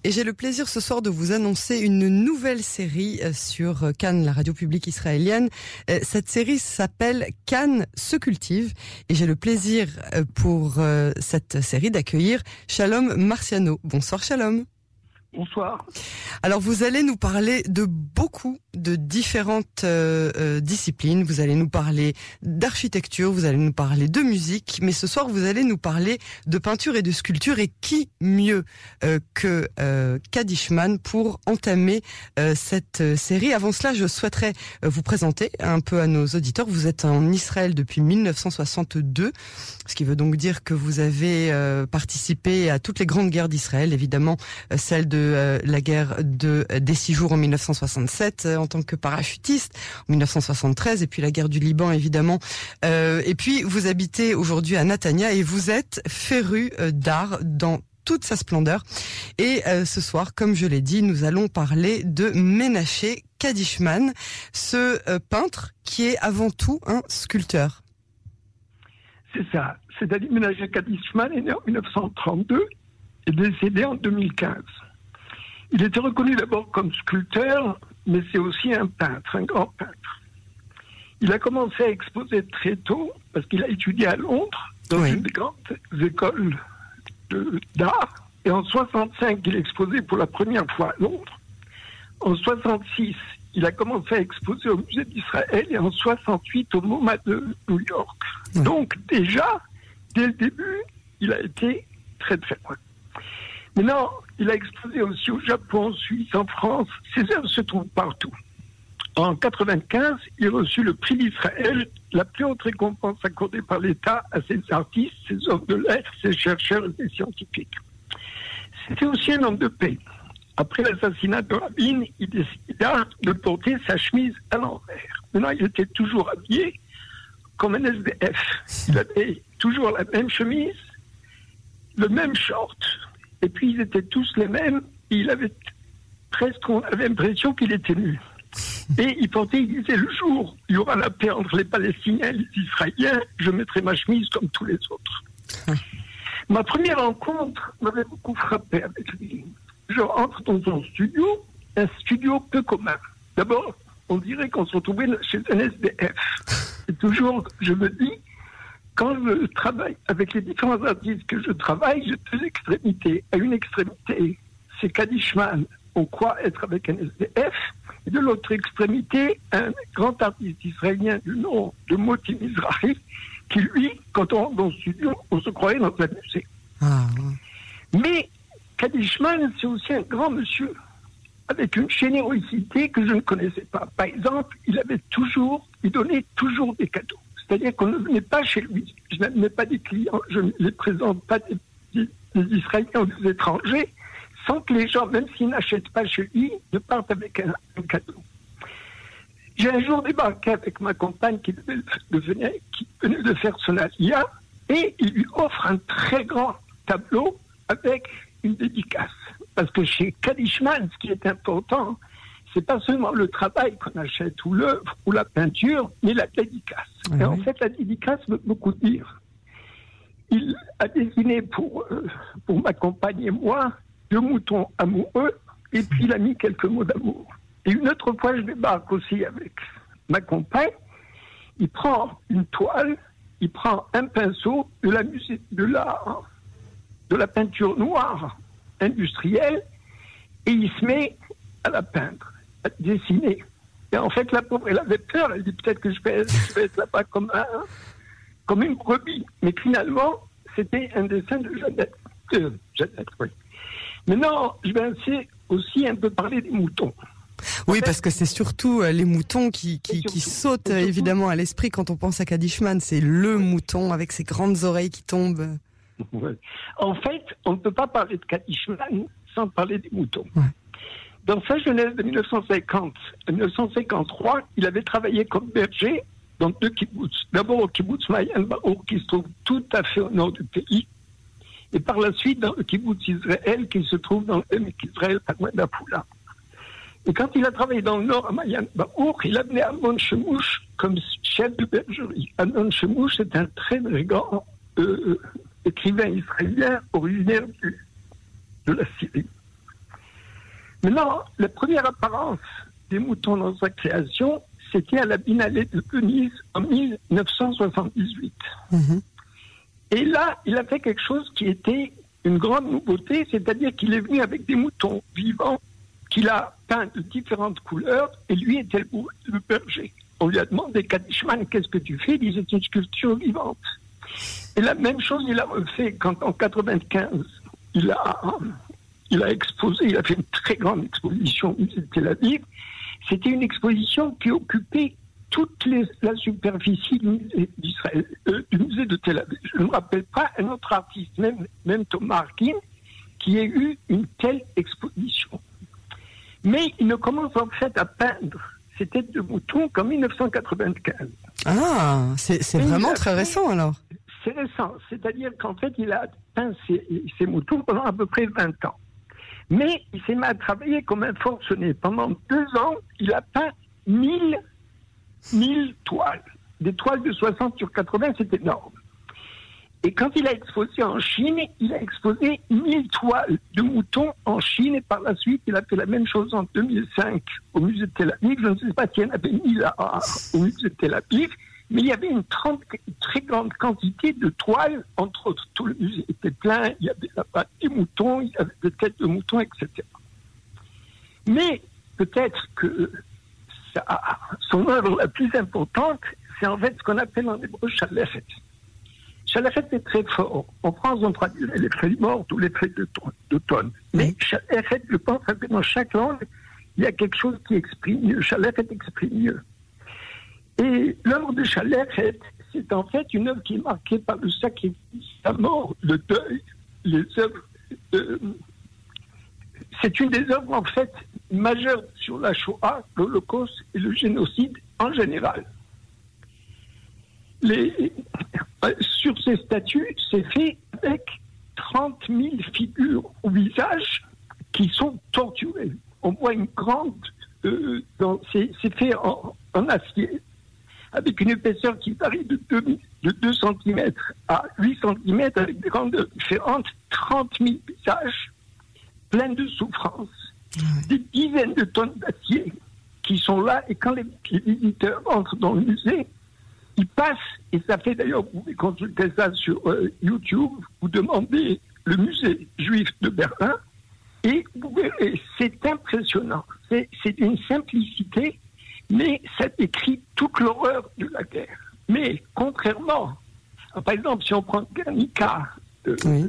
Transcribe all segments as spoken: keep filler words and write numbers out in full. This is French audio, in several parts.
Et j'ai le plaisir ce soir de vous annoncer une nouvelle série sur Cannes, la radio publique israélienne. Cette série s'appelle Cannes se cultive et j'ai le plaisir pour cette série d'accueillir Shalom Marciano. Bonsoir Shalom. Bonsoir. Alors vous allez nous parler de beaucoup de différentes euh, euh, disciplines. Vous allez nous parler d'architecture, vous allez nous parler de musique, mais ce soir vous allez nous parler de peinture et de sculpture. Et qui mieux euh, que euh, Kadishman pour entamer euh, cette série. Avant cela, je souhaiterais vous présenter un peu à nos auditeurs. Vous êtes en Israël depuis mille neuf cent soixante-deux, ce qui veut donc dire que vous avez euh, participé à toutes les grandes guerres d'Israël, évidemment euh, celle de Euh, la guerre de, des six jours en mille neuf cent soixante-sept euh, en tant que parachutiste, en mille neuf cent soixante-treize, et puis la guerre du Liban évidemment. Euh, et puis vous habitez aujourd'hui à Natania et vous êtes féru euh, d'art dans toute sa splendeur. Et euh, ce soir, comme je l'ai dit, nous allons parler de Menaché Kadishman, ce euh, peintre qui est avant tout un sculpteur. C'est ça. C'est-à-dire Menaché Kadishman est né en mille neuf cent trente-deux et décédé en deux mille quinze. Il était reconnu d'abord comme sculpteur, mais c'est aussi un peintre, un grand peintre. Il a commencé à exposer très tôt, parce qu'il a étudié à Londres, dans oui. une des grandes écoles de, d'art. Et en soixante-cinq, il exposait pour la première fois à Londres. En soixante-six, il a commencé à exposer au musée d'Israël, et en soixante-huit, au MoMA de New York. Oui. Donc déjà, dès le début, il a été très très loin. Maintenant, il a exposé aussi au Japon, en Suisse, en France. Ses œuvres se trouvent partout. En quatre-vingt-quinze, il reçut le prix d'Israël, la plus haute récompense accordée par l'État à ses artistes, ses hommes de lettres, ses chercheurs et ses scientifiques. C'était aussi un homme de paix. Après l'assassinat de Rabin, il décida de porter sa chemise à l'envers. Maintenant, il était toujours habillé comme un S D F. Il avait toujours la même chemise, le même short. Et puis ils étaient tous les mêmes, et il avait presque, on avait l'impression qu'il était nu. Et il portait, il disait, le jour, il y aura la paix entre les Palestiniens et les Israéliens, je mettrai ma chemise comme tous les autres. Ma première rencontre m'avait beaucoup frappé avec lui. Je rentre dans son studio, un studio peu commun. D'abord, on dirait qu'on se retrouvait chez un S D F. Et toujours, je me dis, quand je travaille avec les différents artistes que je travaille, j'ai deux extrémités. À une extrémité, c'est Kadishman, on croit être avec un S D F. Et de l'autre extrémité, un grand artiste israélien du nom de Moti Mizrahi, qui lui, quand on rentre dans le studio, on se croyait dans un musée. Ah. Mais Kadishman, c'est aussi un grand monsieur, avec une générosité que je ne connaissais pas. Par exemple, il avait toujours, il donnait toujours des cadeaux. C'est-à-dire qu'on ne venait pas chez lui. Je n'amenais pas des clients, je ne les présente pas des, des, des Israéliens ou des étrangers, sans que les gens, même s'ils n'achètent pas chez lui, ne partent avec un, un cadeau. J'ai un jour débarqué avec ma compagne qui, devait, de venir, qui venait de faire son alia, et il lui offre un très grand tableau avec une dédicace. Parce que chez Kadishman, ce qui est important, c'est pas seulement le travail qu'on achète, ou l'œuvre, ou la peinture, mais la dédicace. Oui. Et en fait, la dédicace veut beaucoup dire. Il a dessiné pour, euh, pour ma compagne et moi deux moutons amoureux, et puis il a mis quelques mots d'amour. Et une autre fois, je débarque aussi avec ma compagne. Il prend une toile, il prend un pinceau de la musique, de la, de la peinture noire industrielle, et il se met à la peindre, à dessiner. Et en fait, la pauvre, elle avait peur. Elle dit peut-être que je vais, je vais être là-bas comme, un, comme une brebis. Mais finalement, c'était un dessin de Jeannette. Euh, Jeannette, oui. Maintenant, je vais aussi, aussi un peu parler des moutons. Oui, parce que c'est surtout les moutons qui, qui, surtout, qui sautent évidemment à l'esprit quand on pense à Kadishman. C'est le mouton avec ses grandes oreilles qui tombent. Ouais. En fait, on ne peut pas parler de Kadishman sans parler des moutons. Ouais. Dans sa jeunesse de mille neuf cent cinquante à mille neuf cent cinquante-trois, il avait travaillé comme berger dans deux kibbutz. D'abord au kibbutz Mayan Baour, qui se trouve tout à fait au nord du pays, et par la suite dans le kibbutz Israël, qui se trouve dans le même Israël, pas loin d'Apoula. Et quand il a travaillé dans le nord à Mayan Baour, il a amené Amnon Shemouche comme chef de bergerie. Amnon Shemouche est un très très grand euh, écrivain israélien originaire du, de la Syrie. Maintenant, la première apparence des moutons dans sa création, c'était à la Biennale de Venise en mille neuf cent soixante-dix-huit. Mmh. Et là, il a fait quelque chose qui était une grande nouveauté, c'est-à-dire qu'il est venu avec des moutons vivants qu'il a peints de différentes couleurs, et lui était le, le berger. On lui a demandé, Kadishman, qu'est-ce que tu fais? Il disait, c'est une sculpture vivante. Et la même chose, il a refait quand en quatre-vingt-quinze, il a, il a exposé, il a fait une très grande exposition au musée de Tel Aviv. C'était une exposition qui occupait toute les, la superficie du musée d'Israël, euh, du musée de Tel Aviv. Je ne me rappelle pas un autre artiste, même, même Thomas Harkin, qui ait eu une telle exposition. Mais il ne commence en fait à peindre ces têtes de moutons qu'en mille neuf cent quatre-vingt-quinze. Ah, c'est, c'est vraiment très fait, récent alors. C'est récent, c'est-à-dire qu'en fait il a peint ces, ces moutons pendant à peu près vingt ans. Mais il s'est mis à travailler comme un forcené. Pendant deux ans, il a peint mille, mille toiles. Des toiles de soixante sur quatre-vingts, c'est énorme. Et quand il a exposé en Chine, il a exposé mille toiles de moutons en Chine. Et par la suite, il a fait la même chose en deux mille cinq au musée de Tel Aviv. Je ne sais pas s'il y en avait mille à, au musée de Tel Aviv, mais il y avait une, trente, une très grande quantité de toiles. Entre autres, tout le musée était plein. Il y avait là-bas des moutons, il y avait des têtes de moutons, et cetera. Mais peut-être que ça, son œuvre la plus importante, c'est en fait ce qu'on appelle en hébreu Shalechet. Shalechet est très fort. En France, on traduit les feuilles mortes ou les feuilles d'automne. Mais Shalechet, je pense que dans chaque langue, il y a quelque chose qui exprime mieux. Shalechet exprime mieux. Et l'œuvre de Shalechet, c'est en fait une œuvre qui est marquée par le sacrifice, la mort, le deuil, les œuvres. Euh, c'est une des œuvres en fait majeures sur la Shoah, l'Holocauste et le génocide en général. Les, sur ces statues, c'est fait avec trente mille figures au visage qui sont torturées. On voit une grande... Euh, dans, c'est, c'est fait en, en acier, avec une épaisseur qui varie de deux, de deux centimètres à huit centimètres, avec des grandeurs différentes, trente mille visages pleins de souffrance, mmh. des dizaines de tonnes d'acier qui sont là, et quand les, les visiteurs entrent dans le musée, ils passent, et ça fait d'ailleurs, vous pouvez consulter ça sur euh, YouTube, vous demandez le musée juif de Berlin, et vous verrez, c'est impressionnant. C'est, c'est une simplicité, mais ça décrit toute l'horreur de la guerre. Mais contrairement, par exemple, si on prend Guernica de, oui.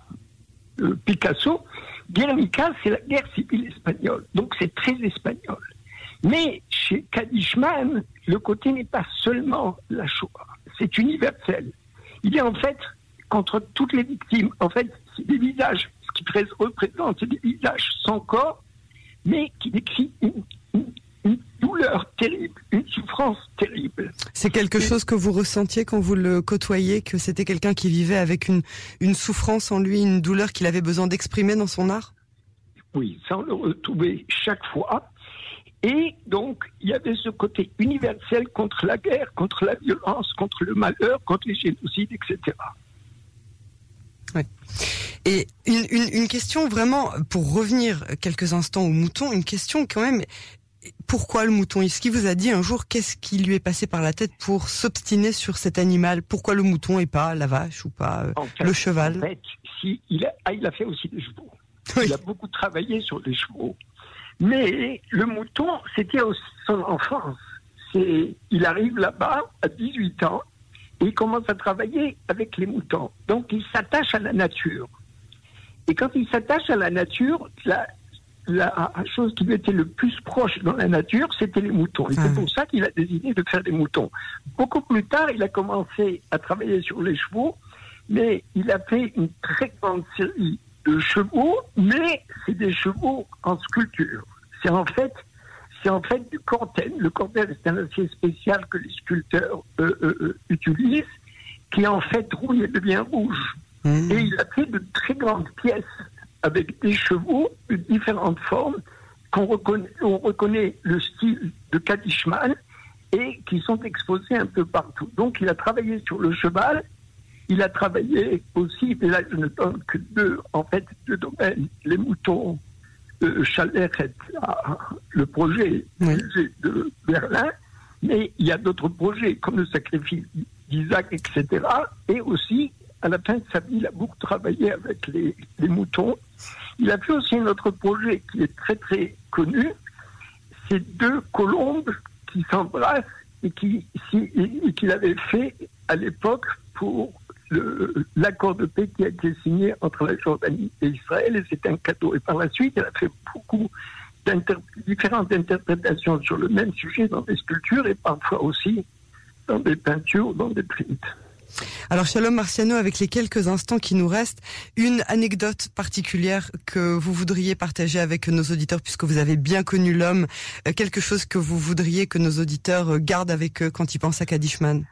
de, de Picasso, Guernica, c'est la guerre civile espagnole, donc c'est très espagnol. Mais chez Kadishman, le côté n'est pas seulement la Shoah, c'est universel. Il est en fait contre toutes les victimes. En fait, c'est des visages, ce qui représente, c'est des visages sans corps, mais qui décrit une, une, une douleur terrible, une souffrance terrible. C'est quelque chose que vous ressentiez quand vous le côtoyez, que c'était quelqu'un qui vivait avec une, une souffrance en lui, une douleur qu'il avait besoin d'exprimer dans son art? Oui, ça on le retrouvait chaque fois. Et donc, il y avait ce côté universel contre la guerre, contre la violence, contre le malheur, contre les génocides, et cetera. Ouais. Et une, une, une question vraiment, pour revenir quelques instants au mouton, une question quand même, pourquoi le mouton? Est-ce qu'il vous a dit un jour qu'est-ce qui lui est passé par la tête pour s'obstiner sur cet animal? Pourquoi le mouton et pas la vache ou pas euh, fait, le cheval? En fait, si, il, a, ah, il a fait aussi des chevaux. Oui. Il a beaucoup travaillé sur les chevaux. Mais le mouton, c'était aussi son enfance. C'est, il arrive là-bas à dix-huit ans et il commence à travailler avec les moutons. Donc il s'attache à la nature. Et quand il s'attache à la nature, la, la chose qui lui était le plus proche dans la nature, c'était les moutons. Et ah. c'est pour ça qu'il a décidé de faire des moutons. Beaucoup plus tard, il a commencé à travailler sur les chevaux, mais il a fait une très grande série de chevaux, mais c'est des chevaux en sculpture. C'est en fait, c'est en fait du corten. Le corten, c'est un acier spécial que les sculpteurs euh, euh, utilisent, qui en fait rouille et devient rouge. Mmh. Et il a fait de très grandes pièces avec des chevaux de différentes formes, qu'on reconnaît, on reconnaît le style de Kadishman et qui sont exposés un peu partout. Donc il a travaillé sur le cheval. Il a travaillé aussi, mais là je ne donne que deux, en fait, deux domaines, les moutons euh, Schaller est à, le projet oui. de Berlin, mais il y a d'autres projets, comme le sacrifice d'Isaac, et cetera. Et aussi, à la fin de sa vie, il a beaucoup travaillé avec les, les moutons. Il a fait aussi un autre projet qui est très très connu, c'est deux colombes qui s'embrassent et qui, si, et qu'il avait fait à l'époque pour le, l'accord de paix qui a été signé entre la Jordanie et Israël, et c'est un cadeau. Et par la suite, il a fait beaucoup d'inter- différentes interprétations sur le même sujet dans des sculptures et parfois aussi dans des peintures, dans des prints. Alors Shalom Marciano, avec les quelques instants qui nous restent, une anecdote particulière que vous voudriez partager avec nos auditeurs, puisque vous avez bien connu l'homme, quelque chose que vous voudriez que nos auditeurs gardent avec eux quand ils pensent à Kadishman.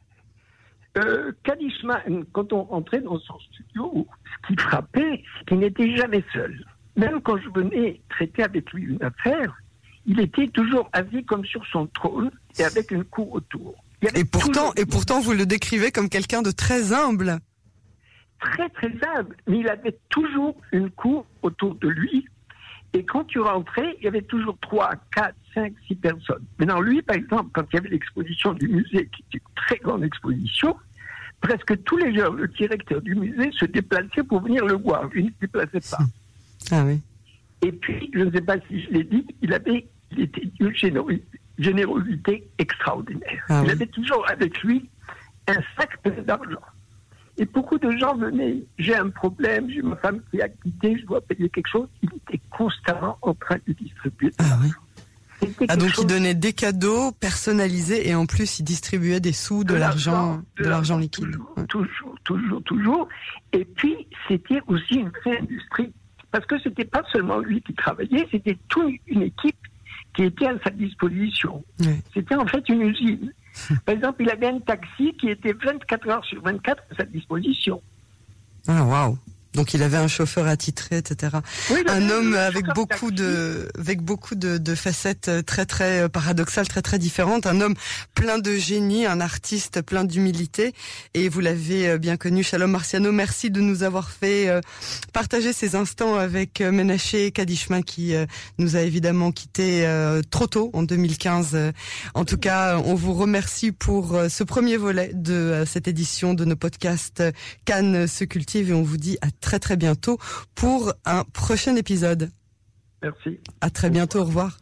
Euh, Kadishman, quand on rentrait dans son studio, ce qui frappait, c'est qu'il n'était jamais seul. Même quand je venais traiter avec lui une affaire, il était toujours assis comme sur son trône et avec une cour autour. Et pourtant, et pourtant, vous le décrivez comme quelqu'un de très humble. Très, très humble. Mais il avait toujours une cour autour de lui. Et quand tu rentrais, il y avait toujours trois, quatre, cinq, six personnes. Maintenant, lui, par exemple, quand il y avait l'exposition du musée, qui était une très grande exposition, presque tous les jours, le directeur du musée se déplaçait pour venir le voir. Lui ne se déplaçait pas. Ah oui. Et puis, je ne sais pas si je l'ai dit, il avait, il était d'une générosité. générosité extraordinaire. Ah oui. Il avait toujours avec lui un sac plein d'argent. Et beaucoup de gens venaient, j'ai un problème, j'ai ma femme qui a quitté, je dois payer quelque chose. Il était constamment en train de distribuer. Ah oui. C'était Ah donc chose... il donnait des cadeaux personnalisés et en plus il distribuait des sous, de, de l'argent, l'argent, de, de l'argent liquide. Toujours, ouais. toujours, toujours, toujours. Et puis c'était aussi une vraie industrie. Parce que c'était pas seulement lui qui travaillait, c'était toute une équipe qui était à sa disposition. Oui. C'était en fait une usine. Par exemple, il avait un taxi qui était vingt-quatre heures sur vingt-quatre à sa disposition. Ah, waouh! Donc il avait un chauffeur attitré, et cetera. Oui, un homme avec beaucoup, de, avec beaucoup de, de facettes très très paradoxales, très très différentes. Un homme plein de génie, un artiste plein d'humilité. Et vous l'avez bien connu, Shalom Marciano. Merci de nous avoir fait partager ces instants avec Menaché Kadishman qui nous a évidemment quittés trop tôt, en deux mille quinze. En tout cas, on vous remercie pour ce premier volet de cette édition de nos podcasts Cannes se cultive et on vous dit à très très bientôt pour un prochain épisode. Merci. À très bientôt, au revoir.